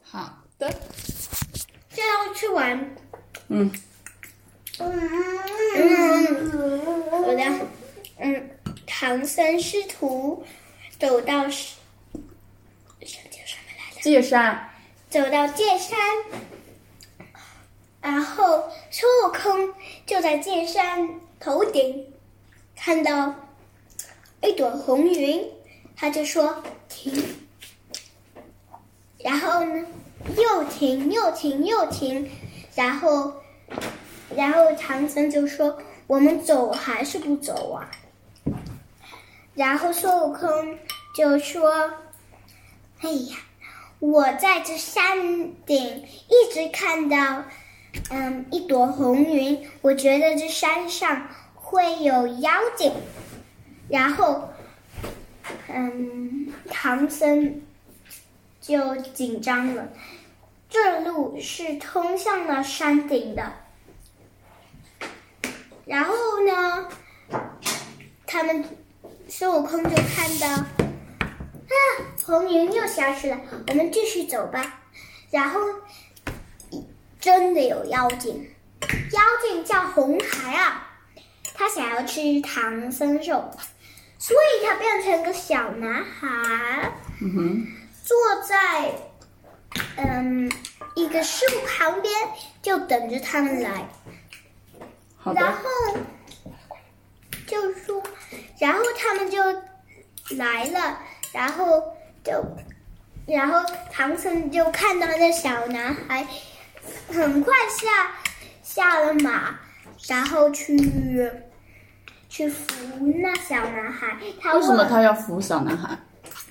好的。 这要吃完。好的。唐僧师徒走到界山， 走到界山，然后孙悟空就在界山头顶看到一朵红云，他就说停，然后呢又停又停又停，然后唐僧就说我们走还是不走啊？然后孙悟空就说哎呀，我在这山顶一直看到一朵红云，我觉得这山上会有妖精。然后唐僧就紧张了，这路是通向了山顶的。然后呢孙悟空就看到红云又消失了，我们继续走吧。然后真的有妖精，妖精叫红孩啊，他想要吃唐僧肉，所以他变成个小男孩，坐在一个树旁边，就等着他们来。 好的。 然后他们就来了，然后唐僧就看到那小男孩很快下了马，然后去扶那小男孩。 为什么他要扶小男孩？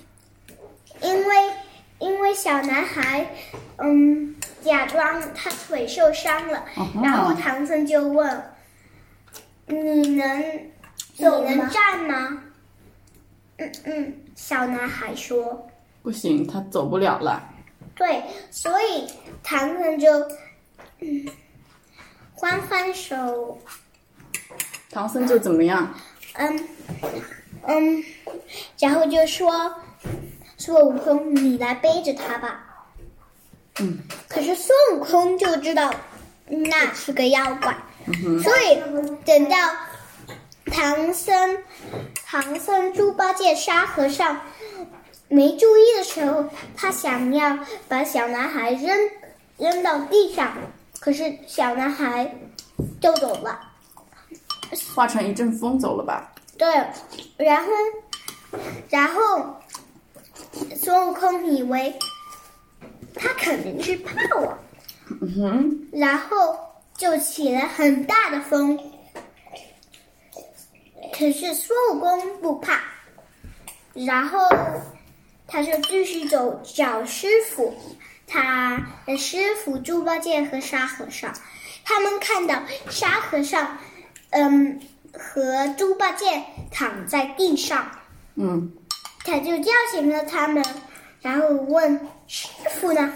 因为小男孩假装他腿受伤了，然后唐僧就问你能站吗？小男孩说不行，他走不了了。 对，所以唐僧就翻手。 唐僧就怎么样？ 然后就说孙悟空，你来背着他吧。可是孙悟空就知道那是个妖怪，所以等到唐僧猪八戒沙和尚没注意的时候，他想要把小男孩扔到地上，可是小男孩就走了， 化成一阵风走了吧？ 对，然后孙悟空以为他肯定是怕我，然后就起了很大的风。可是孙悟空不怕，然后他就继续走找师傅。他的师傅猪八戒和沙和尚，他们看到沙和尚和猪八戒躺在地上，他就叫醒了他们，然后问师傅呢？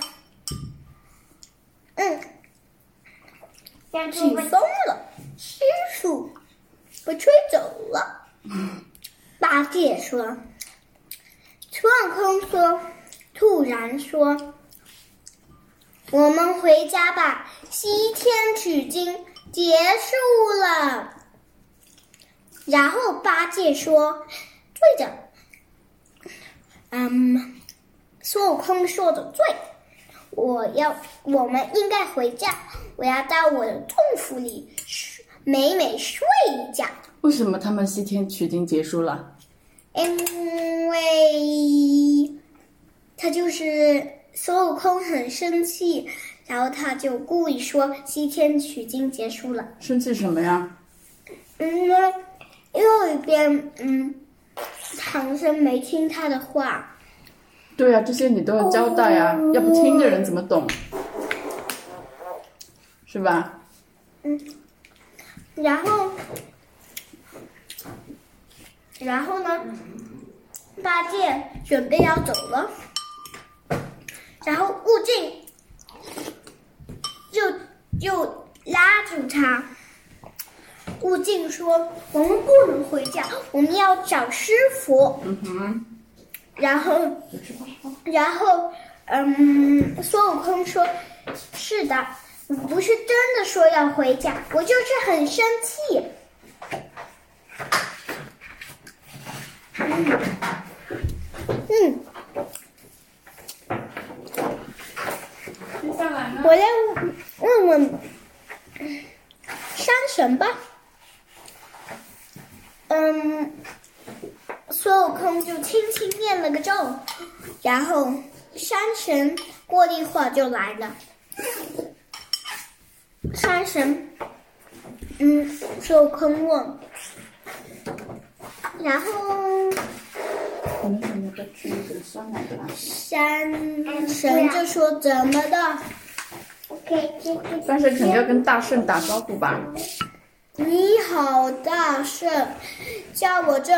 起风了，师傅被吹走了。八戒说，孙悟空突然说，我们回家吧，西天取经结束了。然后八戒说，对的。孙悟空说的对，我们应该回家，我要到我的洞府里美美睡一觉。 为什么他们西天取经结束了？ 因为他就是孙悟空很生气，然后他就故意说西天取经结束了。 生气什么呀？ 因为有一遍唐僧没听他的话。 对呀，这些你都要交代呀，要不听的人怎么懂？是吧？ 然后呢，八戒准备要走了，然后悟净就拉住他。悟净说，我们不能回家，我们要找师傅。然后孙悟空说：“是的，我不是真的说要回家，我就是很生气。” 接下来呢？ 我来问问山神吧。孙悟空就轻轻念了个咒，然后山神过了一会儿就来了。山神，孙悟空问，然后山神就说怎么的？ 山神肯定要跟大圣打招呼吧？ 你好，大圣，叫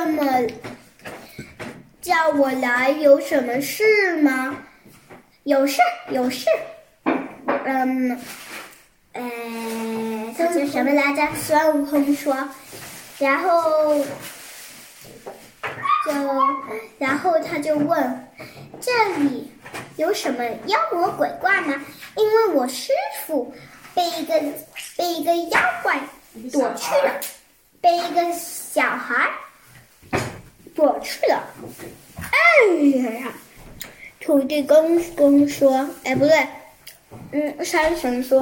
我来有什么事吗？有事。他叫什么来着？孙悟空说，然后他就问，这里有什么妖魔鬼怪吗？因为我师傅被一个妖怪躲去了，被一个小孩躲去了。哎呀，土地公说，哎不对，山神说，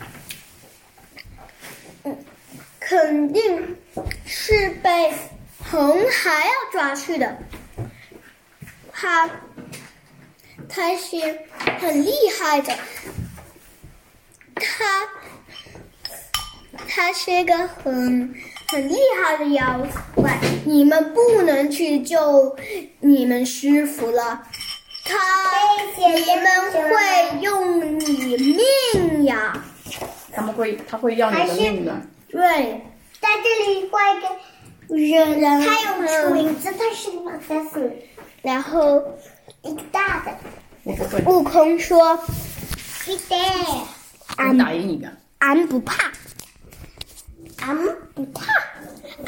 肯定是被红孩要抓去的。他是很厉害的，他是一个很厉害的妖怪，你们不能去救你们师傅了，你们会用你命呀！ 他会要你的命的。 对， 在这里画一个人，他有锤子，他是马赛克， 然后一个大的。 我不会， 悟空说是的， 我打赢你的。 俺不怕。 俺